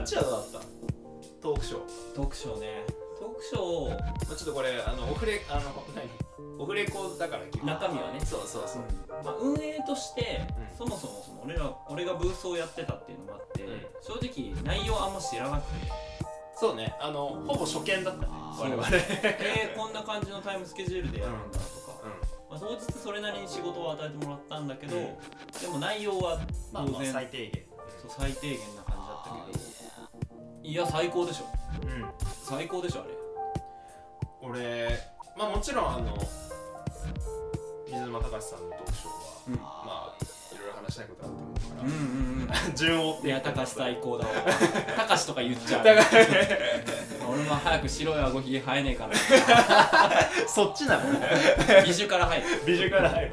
ちはどうだった？トークショー。 トークショーね。トークショー、 まあ、ちょっとこれオフレコだから中身はね。 そうそうそう、 まあ、運営として、 うんそもそも俺がブースをやってたっていうのもあって、正直内容あんま知らなくて。 そうね、ほぼ初見だったね我々。 こんな感じのタイムスケジュールでやるんだとか、まあ、当日それなりに仕事を与えてもらったんだけど、でも内容は当然、 まあ最低限、 そう最低限な感じだったけど、いや最高でしょ。最高でしょあれ。 俺まあもちろん水沼隆さんのトークショーは、まあいろいろ話したいことあると思うから、順を追って。 いや隆最高だわ。隆とか言っちゃう。俺も早く白い顎ひげ生えねえかな。 そっちなの？ 美酒から入る。 美酒から入る。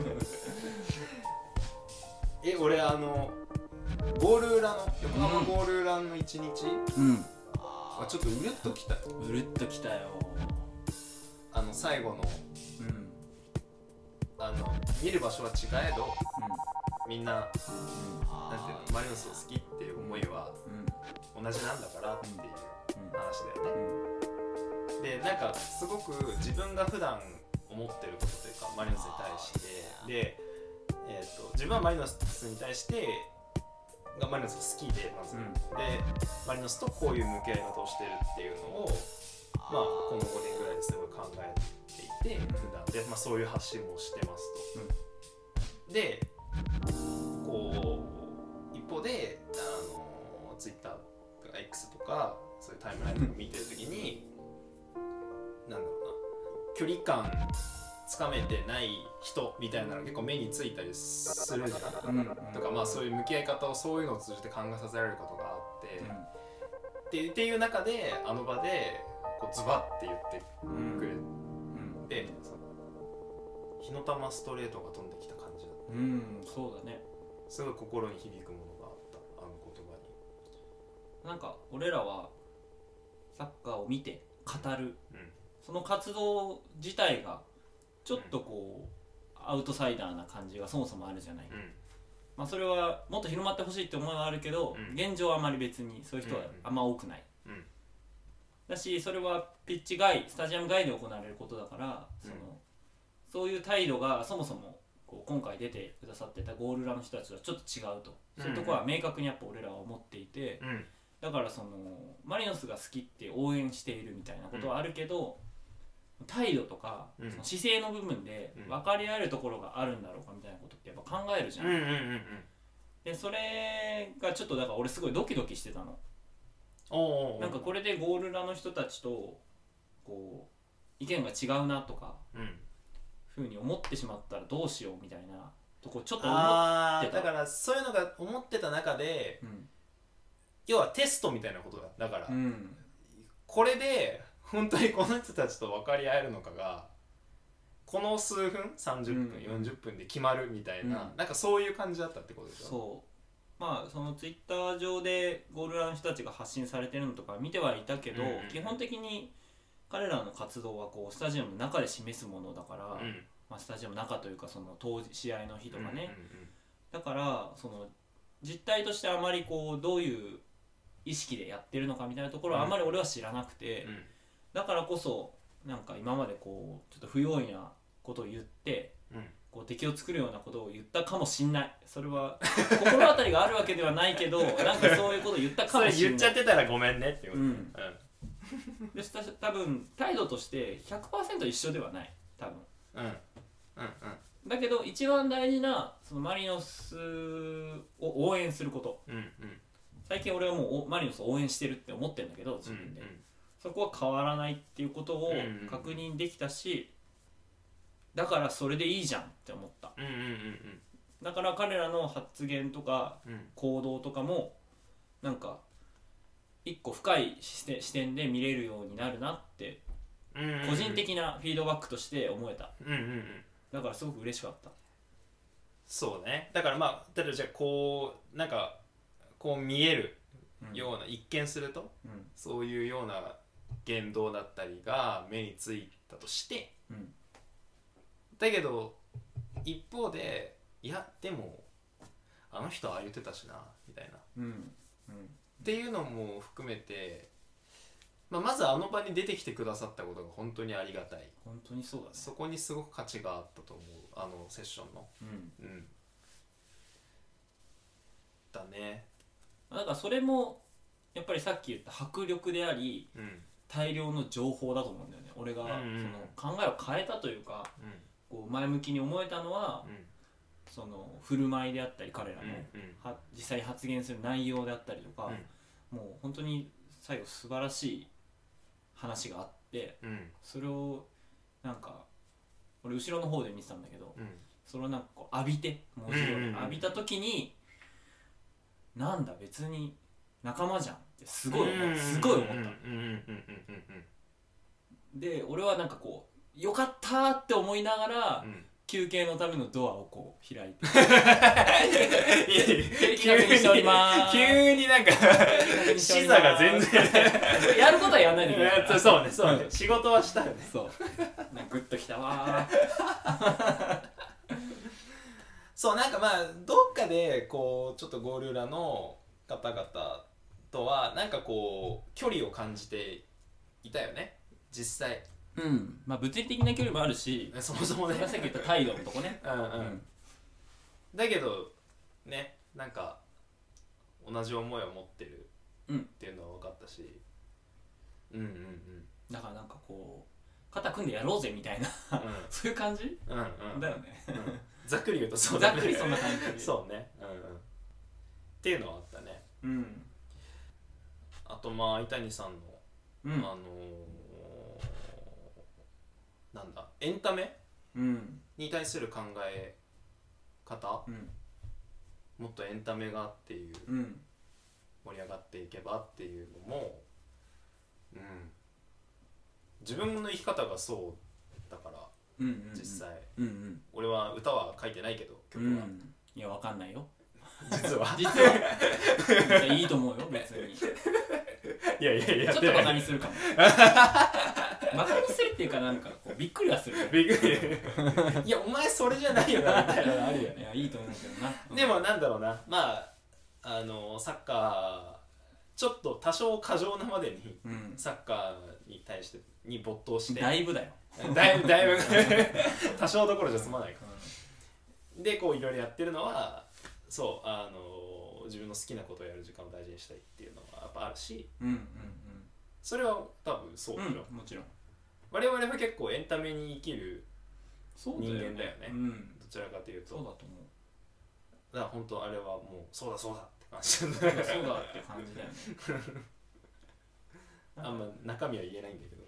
俺ゴール裏の横浜ゴール裏の一日、ちょっとうるっときた。 うるっときたよ。 最後の、見る場所は違えど、みんな、なんていうの、マリノスを好きっていう思いは同じなんだからっていう話だよね。で、なんかすごく自分が普段思ってることというか、マリノスに対してで、自分はマリノスに対してマリノスが好きで、まず、でマリノスとこういう向き合い方をしてるっていうのを、まあこの5年ぐらいですごい考えていて、普段で、まあ、そういう発信もしてますと。でこう一方でTwitter とか X とかそういうタイムラインとか見てるときになんだろうな、距離感つかめてない人みたいなの結構目についたりするじゃん、とか、まあそういう向き合い方をそういうのを通じて考えさせられることがあって、っていう中で場でこうズバッて言ってくれて、火の玉ストレートが飛んできた感じだった。 そうだね。 すごい心に響くものがあった、あの言葉に。 なんか俺らはサッカーを見て語る、その活動自体がちょっとこう、アウトサイダーな感じがそもそもあるじゃないか、まあそれはもっと広まってほしいって思いはあるけど、現状はあまり別にそういう人はあんま多くない、だし、それはピッチ外、スタジアム外で行われることだから、そういう態度がそもそもこう今回出てくださってたゴール裏の人たちとはちょっと違うと、そういうところは明確にやっぱ俺らは思っていて、だからマリノスが好きって応援しているみたいなことはあるけど、態度とか、その姿勢の部分で分かり合えるところがあるんだろうかみたいなことってやっぱ考えるじゃん。でそれがちょっとだから俺すごいドキドキしてたの。なんかこれでゴール裏の人たちとこう意見が違うなとか、ふうに思ってしまったらどうしようみたいなとこちょっと思ってた。 だからそういうのが思ってた中で、要はテストみたいなことだから、これで本当にこの人たちと分かり合えるのかがこの数分30分、40分で決まるみたいな、なんかそういう感じだったってことでしょ。 そう、まあそのツイッター上でゴール裏の人たちが発信されてるのとか見てはいたけど、基本的に彼らの活動はこうスタジアムの中で示すものだから、まあ、スタジアムの中というかその当時試合の日とかね、だからその実態としてあまりこうどういう意識でやってるのかみたいなところはあんまり俺は知らなくて、だからこそなんか今までこうちょっと不用意なことを言って、こう敵を作るようなことを言ったかもしんない。それは心当たりがあるわけではないけどなんかそういうことを言ったかもしんない。 それ言っちゃってたらごめんねっていうこと、 で多分態度として 100% 一緒ではない多分、だけど一番大事なそのマリノスを応援すること、最近俺はもうマリノスを応援してるって思ってるんだけど自分で、そこは変わらないっていうことを確認できたし、だからそれでいいじゃんって思った、だから彼らの発言とか行動とかもなんか一個深い視点で見れるようになるなって個人的なフィードバックとして思えた、だからすごく嬉しかった。 そうね。だからまあ例えばじゃあこうなんかこう見えるような、一見すると、そういうような言動だったりが目についたとして、だけど一方でいやでもあの人はああ言ってたしなみたいな、 っていうのも含めて、まずあの場に出てきてくださったことが本当にありがたい。 本当にそうだね。 そこにすごく価値があったと思う、あのセッションの。だね。 だからそれもやっぱりさっき言った迫力であり、大量の情報だと思うんだよね。俺がその考えを変えたというか、こう前向きに思えたのは、その振る舞いであったり彼らの、実際発言する内容であったりとか、もう本当に最後素晴らしい話があって、それをなんか俺後ろの方で見てたんだけど、それをなんかこう浴びて文字を浴びた時に、なんだ別に仲間じゃんってすごい思った。で俺はなんかこうよかったーって思いながら、休憩のためのドアをこう開いて急になんか視座が全然やることはやんないんだけどそうね仕事はしたよね。 そうなんかグッときたわそうなんかどっかでこうちょっとゴール裏の方々とはなんかこう距離を感じていたよね実際。 物理的な距離もあるし、 そもそもね、 さっき言った態度のとこね。 だけどね、なんか同じ思いを持ってるっていうのは分かったし、 だからなんかこう肩組んでやろうぜみたいなそういう感じだよね。 ざっくり言うとそうだね。 ざっくりそんな感じ。 そうね。っていうのはあったね。あと井谷さんのなんだエンタメ、に対する考え方、もっとエンタメがっていう、盛り上がっていけばっていうのも、自分の生き方がそうだから、実際、俺は歌は書いてないけど曲は、 いやわかんないよ実はいいと思うよ別に。 いやちょっとバカにするかもバカにするっていうかなんかこうびっくりはする。 びっくりいやお前それじゃないよなみたいなあるよね。いいと思うけどな。 でもなんだろうな、サッカーちょっと多少過剰なまでに、サッカーに対してに没頭してだいぶだよだいぶ多少どころじゃ済まないから、でこういろいろやってるのはそう自分の好きなことをやる時間を大事にしたいっていうのはやっぱあるし、それは多分そうでしょ、 もちろん我々は結構エンタメに生きる人間だよね、どちらかというと。 そうだと思う。 だから本当あれはもうそうだって感じそうだって感じだよねあんま中身は言えないんだけど、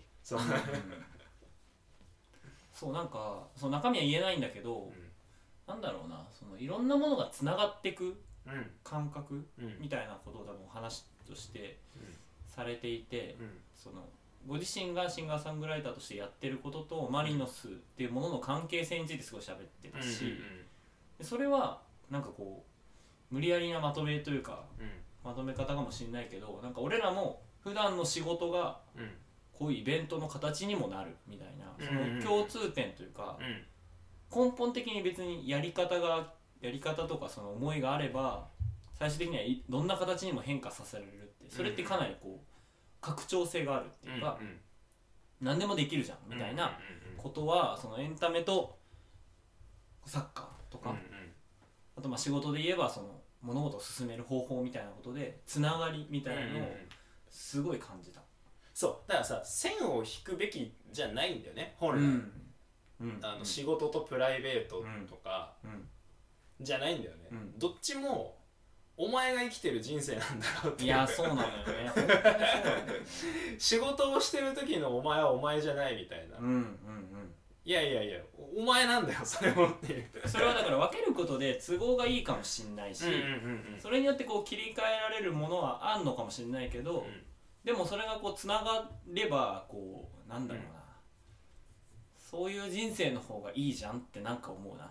そうなんかその中身は言えないんだけど、なんだろうな、そのいろんなものがつながっていく感覚みたいなことを多分話としてされていて、そのご自身がシンガーソングライターとしてやってることとマリノスっていうものの関係性についてすごい喋ってたし、それはなんかこう無理やりなまとめというか、まとめ方かもしれないけど、なんか俺らも普段の仕事がこういうイベントの形にもなるみたいな、その共通点というか、根本的に別にやり方とかその思いがあれば最終的にはどんな形にも変化させられるって、それってかなりこう拡張性があるっていうか、何でもできるじゃんみたいなことは、そのエンタメとサッカーとか、あと仕事で言えばその物事を進める方法みたいなことでつながりみたいなのをすごい感じた。 そうだからさ、線を引くべきじゃないんだよね本来、仕事とプライベートとかじゃないんだよね、どっちもお前が生きてる人生なんだろうっていう。 いやそうなのよね本当にそうなんだよね仕事をしてる時のお前はお前じゃないみたいな、いやお前なんだよそれもっていうそれはだから分けることで都合がいいかもしんないし、それによってこう切り替えられるものはあんのかもしれないけど、でもそれがこうつながればこうなんだろうな、そういう人生の方がいいじゃんってなんか思うな。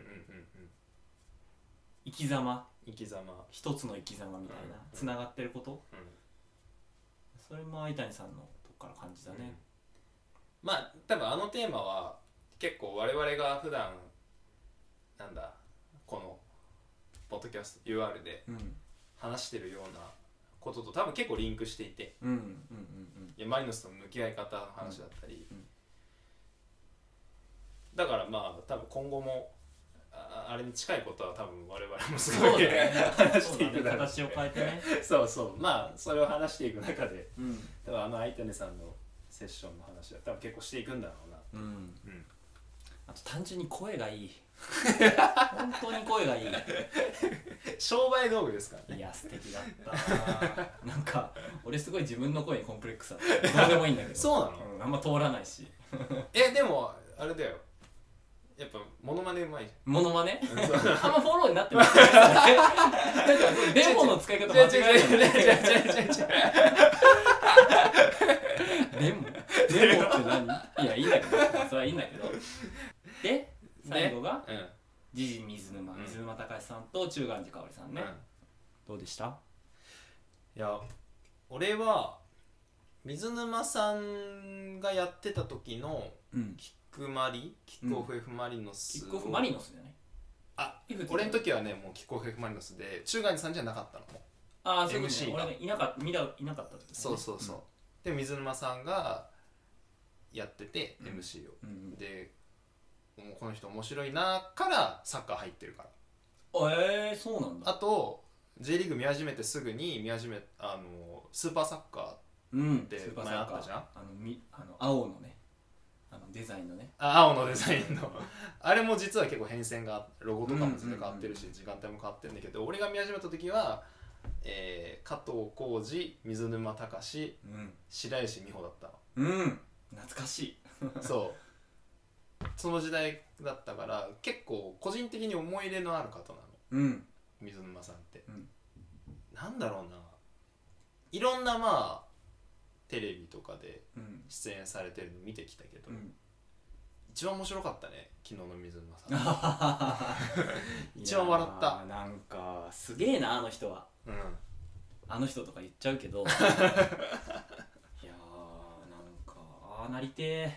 生き様一つの生き様みたいな、つながってること、それも相谷さんのとこから感じだね。 多分あのテーマは結構我々が普段なんだこのポッドキャスト UR で話してるようなことと多分結構リンクしていて、 うんうんうんうん、 いやマリノスとの向き合い方の話だったり、だからまあ多分今後もあれに近いことは多分我々もすごい話していくだろう、 形を変えてねそうそう、まあそれを話していく中で、多分相手さんのセッションの話は多分結構していくんだろうな、 あと単純に声がいい本当に声がいい商売道具ですからね。 いや素敵だったなんか俺すごい自分の声にコンプレックスだったどうでもいいんだけどそうなの、 あんま通らないしでもあれだよ、やっぱモノマネうまい。 モノマネあんまフォローになってないなんかデモの使い方間違えるよねデモって何？いやいいんだけど、それはいいんだけど。で最後がジジ水沼隆さんと中元寺香織さんね、どうでした？ いや俺は水沼さんがやってた時のキックオフ F マリノス、 キックオフマリノスじゃない？ 俺の時はねもうキックオフ F マリノスで中元寺さんじゃなかったのも。 ああそうですね、俺がいなかった時、ね、 そう、で水沼さんがやってて、MC を、でもうこの人面白いなからサッカー入ってるから。 そうなんだ。 あと J リーグ見始めてすぐにスーパーサッカーって前あったじゃん、 青のねデザインのね、 青のデザインのあれも実は結構変遷がロゴとかも全然変わってるし、時間帯も変わってるんだけど、俺が見始めた時は加藤浩次、水沼隆、白石美穂だったの。懐かしいそうその時代だったから結構個人的に思い入れのある方なの、水沼さんって、なんだろうな、いろんなまあテレビとかで出演されてるの見てきたけど、一番面白かったね昨日の水沼さん一番笑った。 なんかすげえなあの人は、あの人とか言っちゃうけどいやーなんかなりて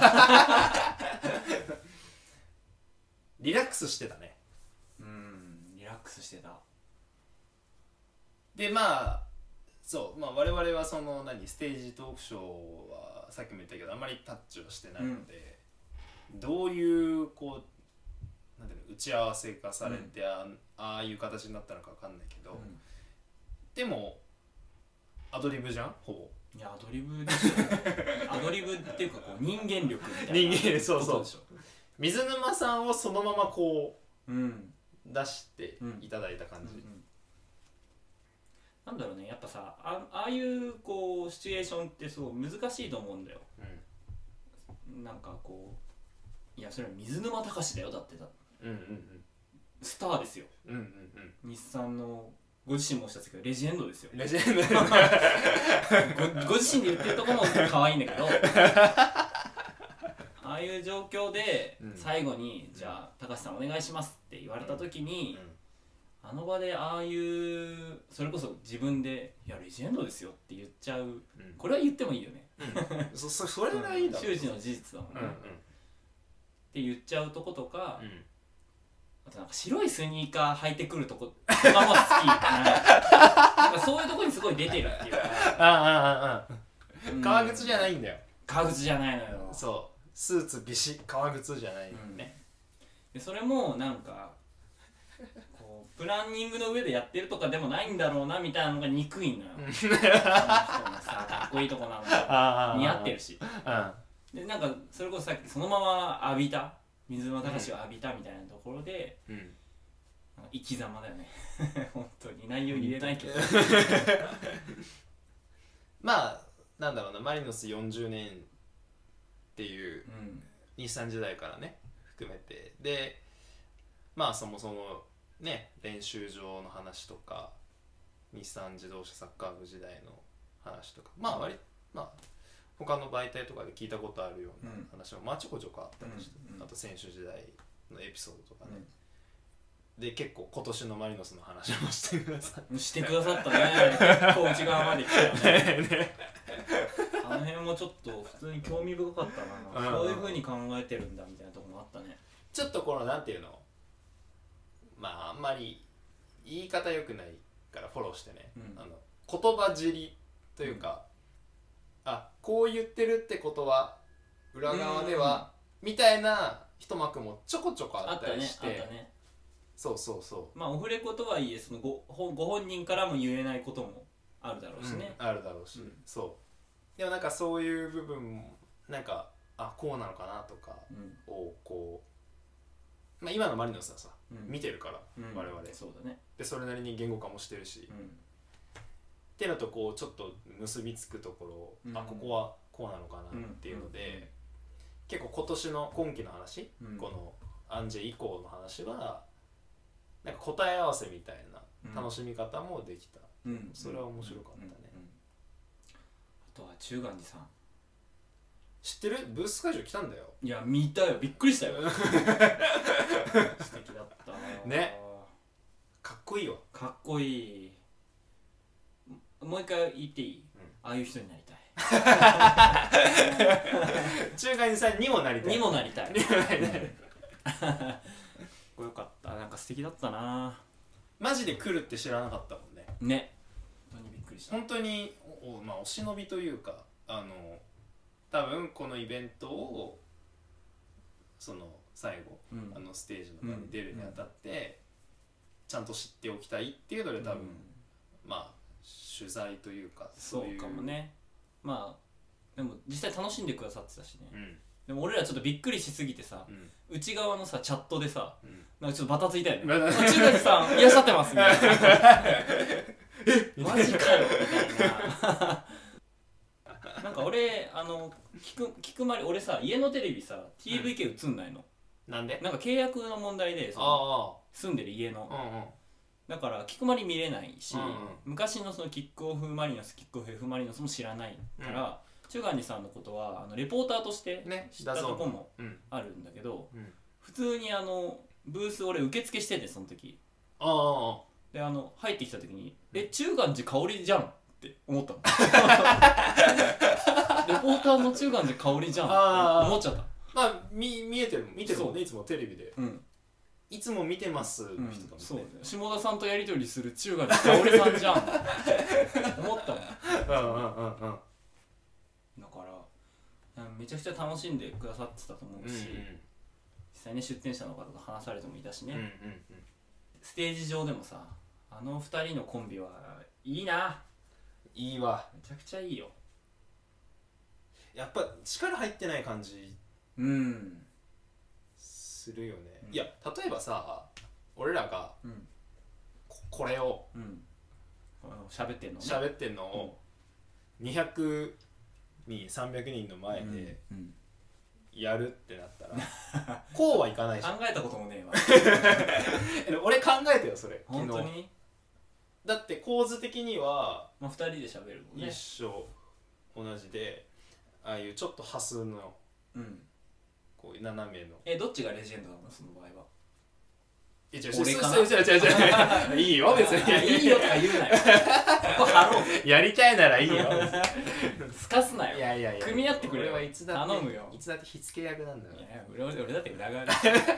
リラックスしてたね。 リラックスしてた。 でまあそう、まあ、我々はそのステージトークショーはさっきも言ったけどあんまりタッチをしてないので、どういうこうなんていうの打ち合わせがされて、ああいう形になったのか分かんないけど、でもアドリブじゃんほぼ。 いやアドリブでしょアドリブっていうかこう人間力みたいな人間そう水沼さんをそのままこう、出していただいた感じ、 なんだろうね、やっぱさ ああいうこうシチュエーションってすごい難しいと思うんだよ、なんかこういやそれは水沼隆だよ、だってスターですよ、日産のご自身もおっしゃってたけどレジェンドですよ。 レジェンドご自身で言ってるとこも可愛いんだけどああいう状況で最後に、じゃあ高橋さんお願いしますって言われた時に、あの場でああいうそれこそ自分でいやレジェンドですよって言っちゃう、これは言ってもいいよね、 それがいいだろ、 周知の事実だもんね、って言っちゃうとことか、あとなんか白いスニーカー履いてくるとこ今も好きなんかそういうとこにすごい出てるっていうか革靴じゃないんだよ。 革靴じゃないのよ。 そうスーツビシッ革靴じゃないよね、 でそれもなんかこうプランニングの上でやってるとかでもないんだろうなみたいなのが憎いのよあの人のさかっこいいとこなのよ似合ってるし、でなんかそれこそさっきそのまま浴びた水沼隆を浴びたみたいなところで、生き様だよね本当に内容言えないけどまあなんだろうな、マリノス40年っていう日産時代からね含めて、でまあそもそもね練習場の話とか日産自動車サッカー部時代の話とか、まあ他の媒体とかで聞いたことあるような話もまあちょこちょこあったりして、あと選手時代のエピソードとかね、で結構今年のマリノスの話もしてくださってしてくださったね結構内側まで来たよねあの辺もちょっと普通に興味深かったな、そういう風に考えてるんだみたいなところもあったね。 ちょっとこのなんていうの、まああんまり言い方良くないからフォローしてね、 言葉尻というか、あ、こう言ってるってことは裏側ではみたいな一幕もちょこちょこあったりして、 あったね。 そうそうそう。 まあオフレコとはいえそのご本人からも言えないこともあるだろうしね、 あるだろうし、そうでもなんかそういう部分もなんかこうなのかなとかをこう、まあ、今のマリノスはさ、見てるから、我々 そうだね。 でそれなりに言語化もしてるし、っていうのとこうちょっと結びつくところ、ここはこうなのかなっていうので、結構今年の今期の話、このアンジェ以降の話はなんか答え合わせみたいな楽しみ方もできた、それは面白かったね。 あとは中元寺さん知ってる？ブース会場来たんだよ。 いや見たよ、びっくりしたよ素敵だったね、かっこいいわ。 かっこいい。もう一回言っていい？ああいう人になりたい中華人さんにもなりたい。 にもなりたい。よかった、なんか素敵だったな。 マジで来るって知らなかったもんね。 ね、本当にびっくりした。 本当にまあお忍びというか、多分このイベントをその最後、ステージの場に出るにあたって、ちゃんと知っておきたいっていうので多分、まあ取材というかそうかもね。まあでも実際楽しんでくださってたしね、でも俺らちょっとびっくりしすぎてさ、内側のさチャットでさ、なんかちょっとバタついたよね。中華さんいらっしゃってますみたいなマジかよみたいななんか俺聞くまり俺さ、家のテレビさ TVK 映んないの、 なんで？ なんか契約の問題で住んでる家の、だから聞くまり見れないし、昔のそのキックオフマリノス、キックオフ F マリノスも知らないから、中元寺さんのことはレポーターとして知ったとこもあるんだけど、普通にブース俺受付しててその時、で入ってきた時に中元寺香織じゃんって思ったのレポーターの中元寺香織じゃんって思っちゃった。 まあ見てるもんね、いつもテレビで、いつも見てますの人かもね、 そう下田さんとやり取りする中元寺香織さんじゃんって思ったもんだからめちゃくちゃ楽しんでくださってたと思うし、実際に出店者の方と話されてもいたしね、ステージ上でもさ、2人のコンビはいいな。 いいわ、 めちゃくちゃいいよ。 やっぱ力入ってない感じするよね、いや例えばさ、俺らがこれを喋ってんのを 200人300人の前でやるってなったらこうはいかないじゃん。 考えたこともねえわ俺考えたよそれ。 本当に？ だって構図的には 2人で喋るもんね、 一緒同じで、ああいうちょっと端数のこう斜めのどっちがレジェンドなのその場合は？ 俺かな？いいよ別にいいよとか言うなよここ貼ろうやりたいならいいよすかすなよ。 いや組み合ってくれよ。 俺はいつだって頼むよ。 いつだって火付け役なんだよ。 いや俺だって裏側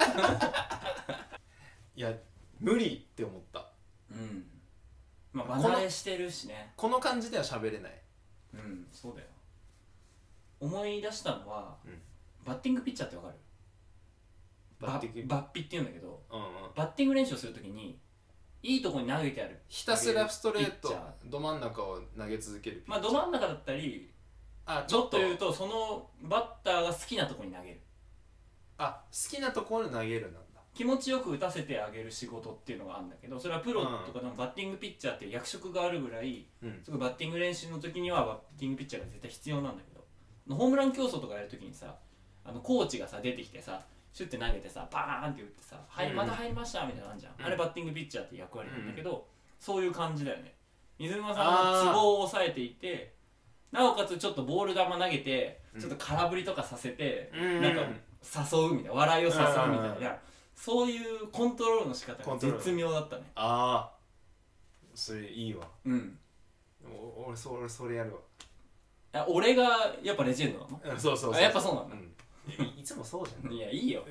いや無理って思った。 まあ離れしてるしね。 この感じでは喋れない。 そうだよ。思い出したのは、バッティングピッチャーってわかる？バッピって言うんだけど、バッティング練習をするときにいいとこに投げてある、 ひたすらストレートど真ん中を投げ続ける。 まあど真ん中だったり、ちょっと言うとそのバッターが好きなとこに投げる。 好きなところに投げるなんだ。 気持ちよく打たせてあげる仕事っていうのがあるんだけど、それはプロとかでもバッティングピッチャーっていう役職があるぐらい、すごいバッティング練習の時にはバッティングピッチャーが絶対必要なんだけど、ホームラン競争とかやるときにさ、コーチがさ出てきてさ、シュッて投げてさ、バーンって打ってさ、また入りましたみたいなのあるじゃん、あれバッティングピッチャーっていう役割なんだけど、そういう感じだよね。水沼さんのツボを抑えていて、なおかつちょっとボール球投げてちょっと空振りとかさせて、なんか誘うみたいな、笑いを誘うみたいな、そういうコントロールの仕方が絶妙だったね。 それいいわ。俺それやるわ。 俺がやっぱレジェンドなの？ そうやっぱそうなんだ。 いつもそうじゃん。 いやいいよ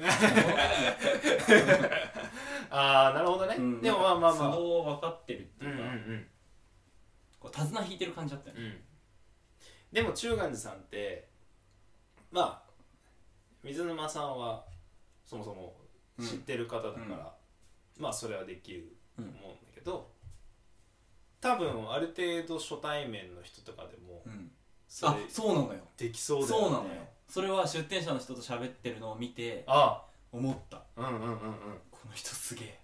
なるほどね。でもまあツボを分かってるっていうか、 手綱引いてる感じだったよね。 でも中元寺さんってまあ水沼さんはそもそも知ってる方だから、まあそれはできると思うんだけど、多分ある程度初対面の人とかでも、 そうなのよ。 できそうだよね。 そうなのよ。それは出店者の人と喋ってるのを見て思った。この人すげえ。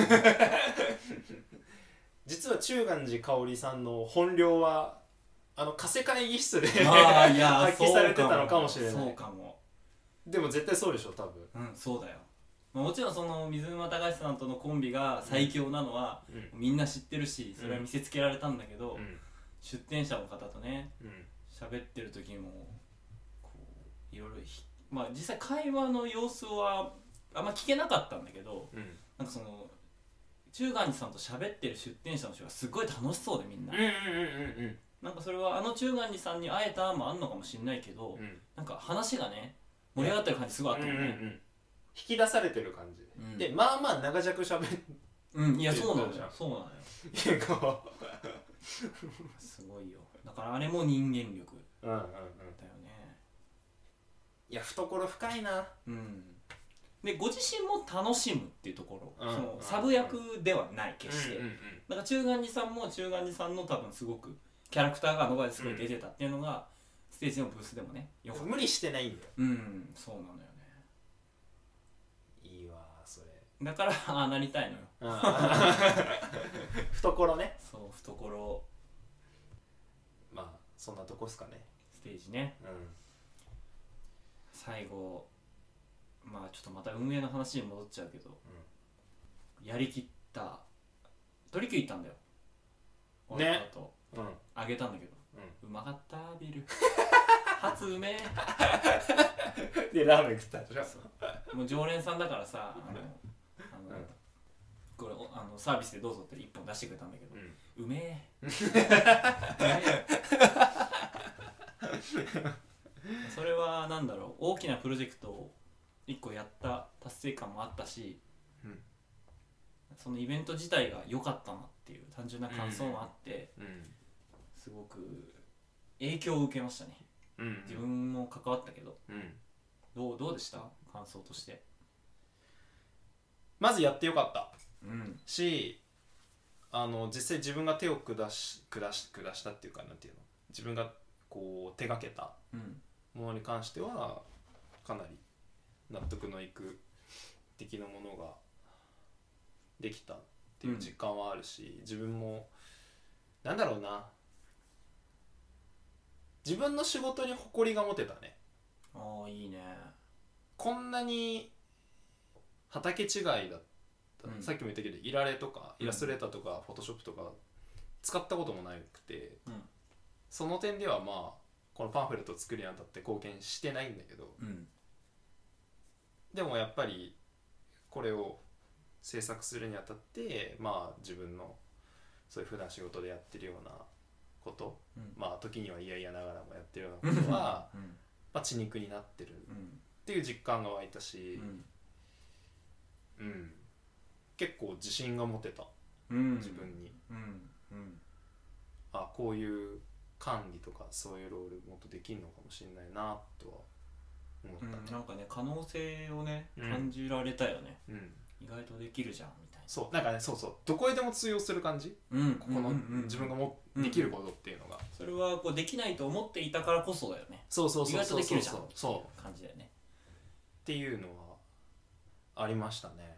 実は中元寺香織さんの本領は加瀬会議室で発揮されてたのかもしれない。 そうかも。 でも絶対そうでしょ多分。 そうだよ。もちろんその水沼高橋さんとのコンビが最強なのはみんな知ってるし、それは見せつけられたんだけど、出店者の方とね喋ってる時もこういろいろまあ実際会話の様子はあんま聞けなかったんだけど、なんかその中元寺さんと喋ってる出店者の人がすごい楽しそうでみんな。なんかそれは中元寺さんに会えたもあんのかもしれないけど、なんか話がね盛り上がってる感じすごいあったもんね。 引き出されてる感じで、まあまあ長尺しゃべる。 いやそうなのよ。そうなのよ。すごいよ。だからあれも人間力だよね。 いや懐深いな。 でご自身も楽しむっていうところ、そのサブ役ではない決して。だから中元寺さんも中元寺さんの多分すごくキャラクターがあの場ですごい出てたっていうのがステージのブースでもねよかった。 無理してないんだよ。 そうなのよね。 いいわそれ。 だからなりたいのよ。 懐ね。 そう懐。 まあそんなとこっすかね。 ステージね。最後まあちょっとまた運営の話に戻っちゃうけど、やりきった取り切ったんだよ。 ね。 あげたんだけど、うまかったビール。初うめえ。でラーメン食ったでしょ。 もう常連さんだからさ、これサービスでどうぞって1本出してくれたんだけど、うめえ。それはなんだろう、大きなプロジェクトを1個やった達成感もあったし、そのイベント自体が良かったなっていう単純な感想もあって、すごく影響を受けましたね。自分も関わったけど、どうでした感想として。 まずやってよかった、し実際自分が手を下したっていうかなんていうの、自分がこう手がけたものに関してはかなり納得のいく的なものができたっていう実感はあるし、自分もなんだろうな、自分の仕事に誇りが持てたね。 いいね。 こんなに畑違いだった、さっきも言ったけどイラレとかイラストレーターとかフォトショップとか使ったこともなくて、その点ではまあこのパンフレットを作るにあたって貢献してないんだけど、でもやっぱりこれを制作するにあたってまあ自分のそういう普段仕事でやってるようなこと、まあ時には嫌々ながらもやってるようなことはまあ血肉になってるっていう実感が湧いたし、結構自信が持てた、自分に。こういう管理とかそういうロールもっとできるのかもしれないなとは思ったね。 なんかね可能性をね感じられたよね。意外とできるじゃんみたいな。 そうなんかね、そうどこへでも通用する感じ、ここの自分ができることっていうのが、 それはこうできないと思っていたからこそだよね。意外とできるじゃんっていう感じだよねっていうのはありましたね。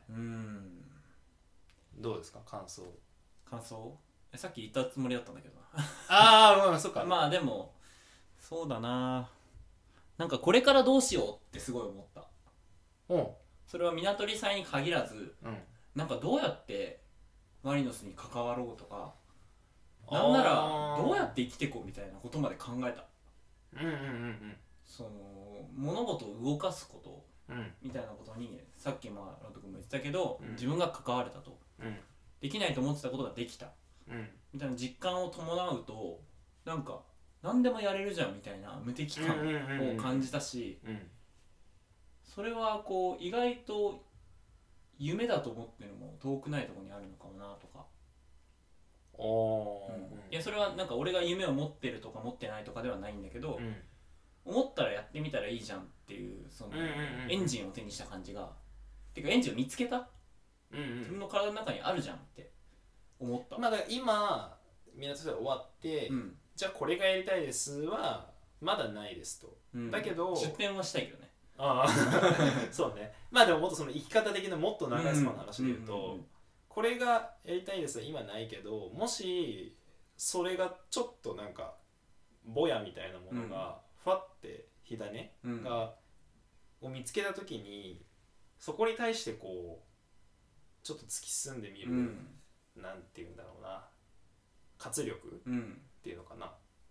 どうですか感想。 さっき言ったつもりだったんだけどな。そっか。 まあでもそうだな、なんかこれからどうしようってすごい思った。それは港り祭に限らず、なんかどうやってマリノスに関わろうとか、なんならどうやって生きていこうみたいなことまで考えた。その物事を動かすことみたいなことに、さっきロント君も言ってたけど、自分が関われたと、できないと思ってたことができた、みたいな実感を伴うと、なんか何でもやれるじゃんみたいな無敵感を感じたし、それはこう意外と夢だと思ってるのも遠くないところにあるのかもなとかいやそれはなんか俺が夢を持ってるとか持ってないとかではないんだけど、思ったらやってみたらいいじゃんっていうそのエンジンを手にした感じが、てかエンジンを見つけた、自分の体の中にあるじゃんって思った。 まあだから今港で終わって、じゃあこれがやりたいですはまだないですと、だけど出店はしたいけどね。 そうね。まあでももっとその生き方的なもっと長いスパンの話で言うと、これがやりたいですは今ないけど、もしそれがちょっとなんかぼやみたいなものがふわって火種がを見つけた時に、そこに対してこうちょっと突き進んでみる、なんていうんだろうな、活力っていうのかな、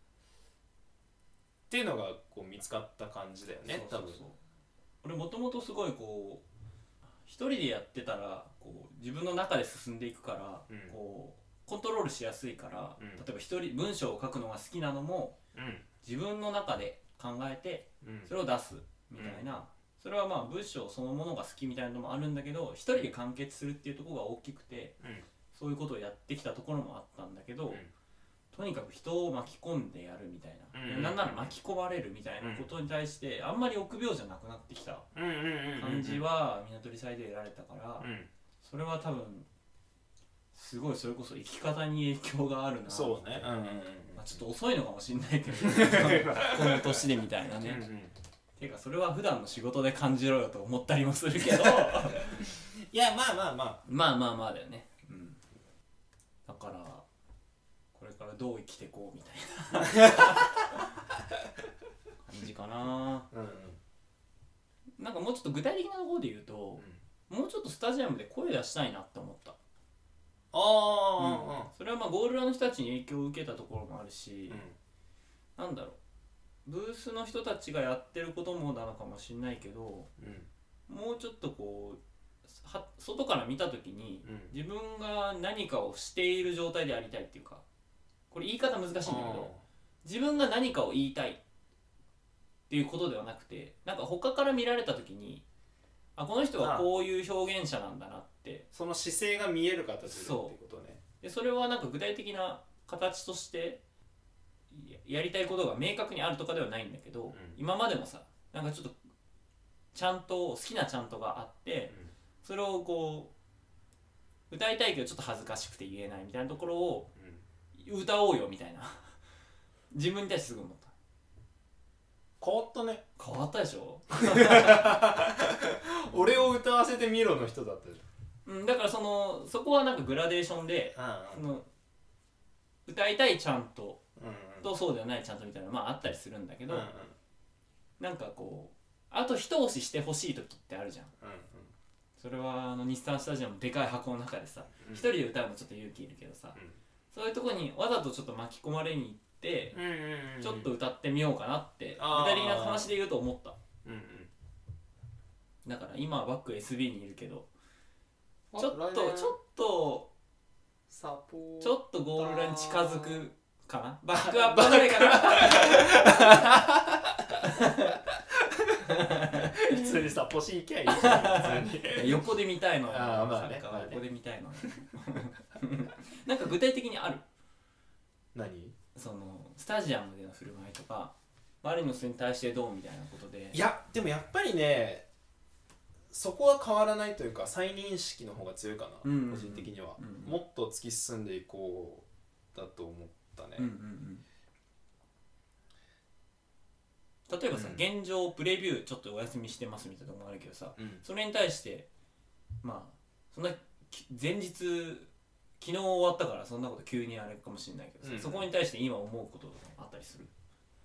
っていうのがこう見つかった感じだよね。多分俺もともとすごいこう一人でやってたらこう自分の中で進んでいくから、こうコントロールしやすいから、例えば一人文章を書くのが好きなのも、自分の中で考えてそれを出すみたいな、それはまあ文章そのものが好きみたいなのもあるんだけど、一人で完結するっていうところが大きくて、そういうことをやってきたところもあったんだけど、とにかく人を巻き込んでやるみたいな、なんなら巻き込まれるみたいなことに対してあんまり臆病じゃなくなってきた感じは港リサイで得られたから、それは多分すごいそれこそ生き方に影響があるな。 そうね、 まあ、ちょっと遅いのかもしれないけどこの年でみたいなねていうかそれは普段の仕事で感じろよと思ったりもするけどいやまあまあまあまあまあまあだよね、だからこれからどう生きていこうみたいな感じかな。なんかもうちょっと具体的なところで言うと、もうちょっとスタジアムで声出したいなって思った。それはまあゴールラの人たちに影響を受けたところもあるし、なんだろう、ブースの人たちがやってることもなのかもしれないけど、もうちょっとこう外から見た時に、自分が何かをしている状態でありたいっていうか、これ言い方難しいんだけど、自分が何かを言いたいっていうことではなくて、なんか他から見られた時に、あ、この人はこういう表現者なんだなって、 その姿勢が見える形でっていうことね。 でそれはなんか具体的な形としてやりたいことが明確にあるとかではないんだけど、今までもさ、なんかちょっとちゃんと好きなちゃんとがあって、それをこう歌いたいけどちょっと恥ずかしくて言えないみたいなところを歌おうよみたいな自分に対してすぐ思った。 変わったね。 変わったでしょ俺を歌わせてみろの人だったじだからそこはなんかグラデーションで、その歌いたいちゃんと、とそうではないちゃんとみたいなのまああったりするんだけど、なんかこうあと一押ししてほしい時ってあるじゃん。それは日産スタジアムのでかい箱の中でさ、一人で歌うのちょっと勇気いるけどさ、そういうとこにわざとちょっと巻き込まれに行って、ちょっと歌ってみようかなって具体的な話で言うと思った。だから今はバック SB にいるけど、ちょっとゴールラインに近づくかな。バックアップぐらいかな普通にさ、星行きゃいいじゃん。普通に横で見たいのよ。 まあね、 横で見たいのよ。なんか具体的にある？ 何？ そのスタジアムでの振る舞いとか、マリノスに対してどうみたいなことで。 いや、でもやっぱりね、そこは変わらないというか、再認識の方が強いかな、個人的には。もっと突き進んでいこうだと思ったね。 例えばさ、現状プレビューちょっとお休みしてますみたいなとこもあるけどさ、それに対してまあそんな前日昨日終わったからそんなこと急にあれかもしれないけどさ、そこに対して今思うことあったりする？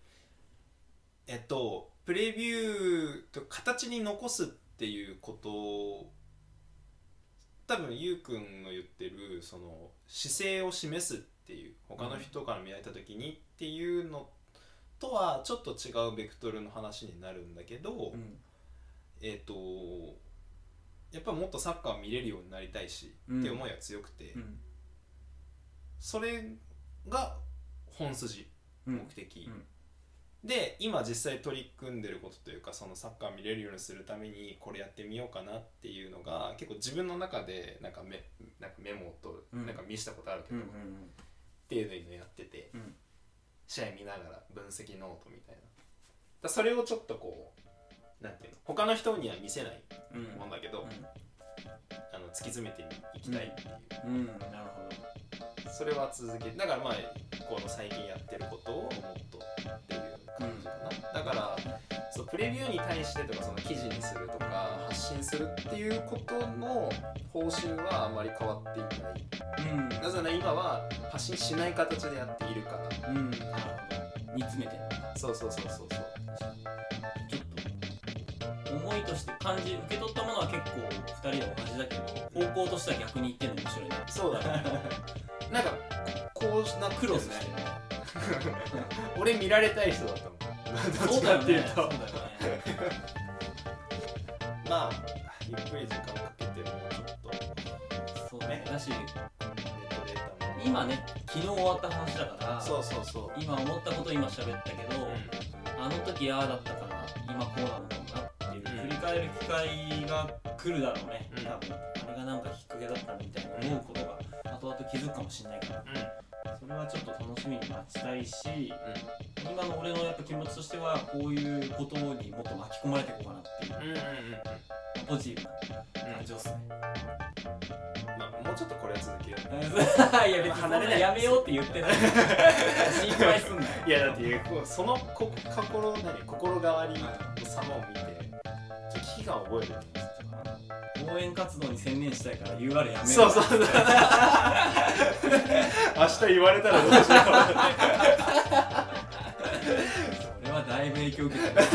プレビューと形に残すっていうことを多分ゆうくんの言ってるその姿勢を示すっていう、他の人から見られた時にっていうのとはちょっと違うベクトルの話になるんだけど、やっぱもっとサッカーを見れるようになりたいし、って思いは強くて、それが本筋、目的、で今実際取り組んでることというか、そのサッカー見れるようにするためにこれやってみようかなっていうのが結構自分の中でなんかメモとなんか見せたことあるけど、 っていうのやってて、 うん、 試合見ながら分析ノートみたいな。だそれをちょっとこうなんていうの、他の人には見せないもんだけど、突き詰めていきたいっていう、 なるほど。 それは続けて、だからまあこの最近やってることをもっとっていう感じかな、だからそうプレビューに対してとかその記事にするとか発信するっていうことの報酬はあまり変わっていない、なぜなら今は発信しない形でやっているから、 なるほど、煮詰めてる。 そうちょっと思いとして受け取ったものは結構2人は同じだけど、方向としては逆に言ってるの面白いね。 そうだねなんかこうなクロスしてるね俺見られたい人だったもんどっちかっていうとまあゆっくり時間かけてもうちょっとそうね、だしネットデータも今ね、昨日終わった話だから、 そう今思ったこと今喋ったけど、あの時ああだったから今こうなのかもなっていう、振り返る機会が来るだろうね、多分あれがなんかきっかけだったみたいな思うことが後々気づくかもしれないから、それはちょっと楽しみに待ちたいし、今の俺のやっぱ気持ちとしてはこういうことにもっと巻き込まれていこうかなっていう、ポジティブな感情っすね。 もうちょっとこれは続けよういや別に離れない、やめようって言ってない心配すんなよ。 いやだってその心変わりの様を見て危機感を覚えるんですよ。 応援活動に専念したいから UR やめよう。 そう明日言われたらどうしようそれはだいぶ影響受けてるね。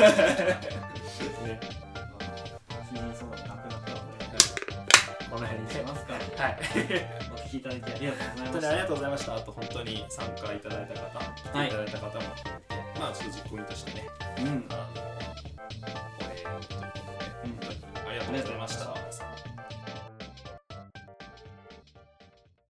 そうなくなったのでこの辺にしますか。 はい。 お聞きいただきありがとうございました。 本当にありがとうございました。あと本当に参加いただいた方、来ていただいた方も含めて、まあちょっと実行委員としてね、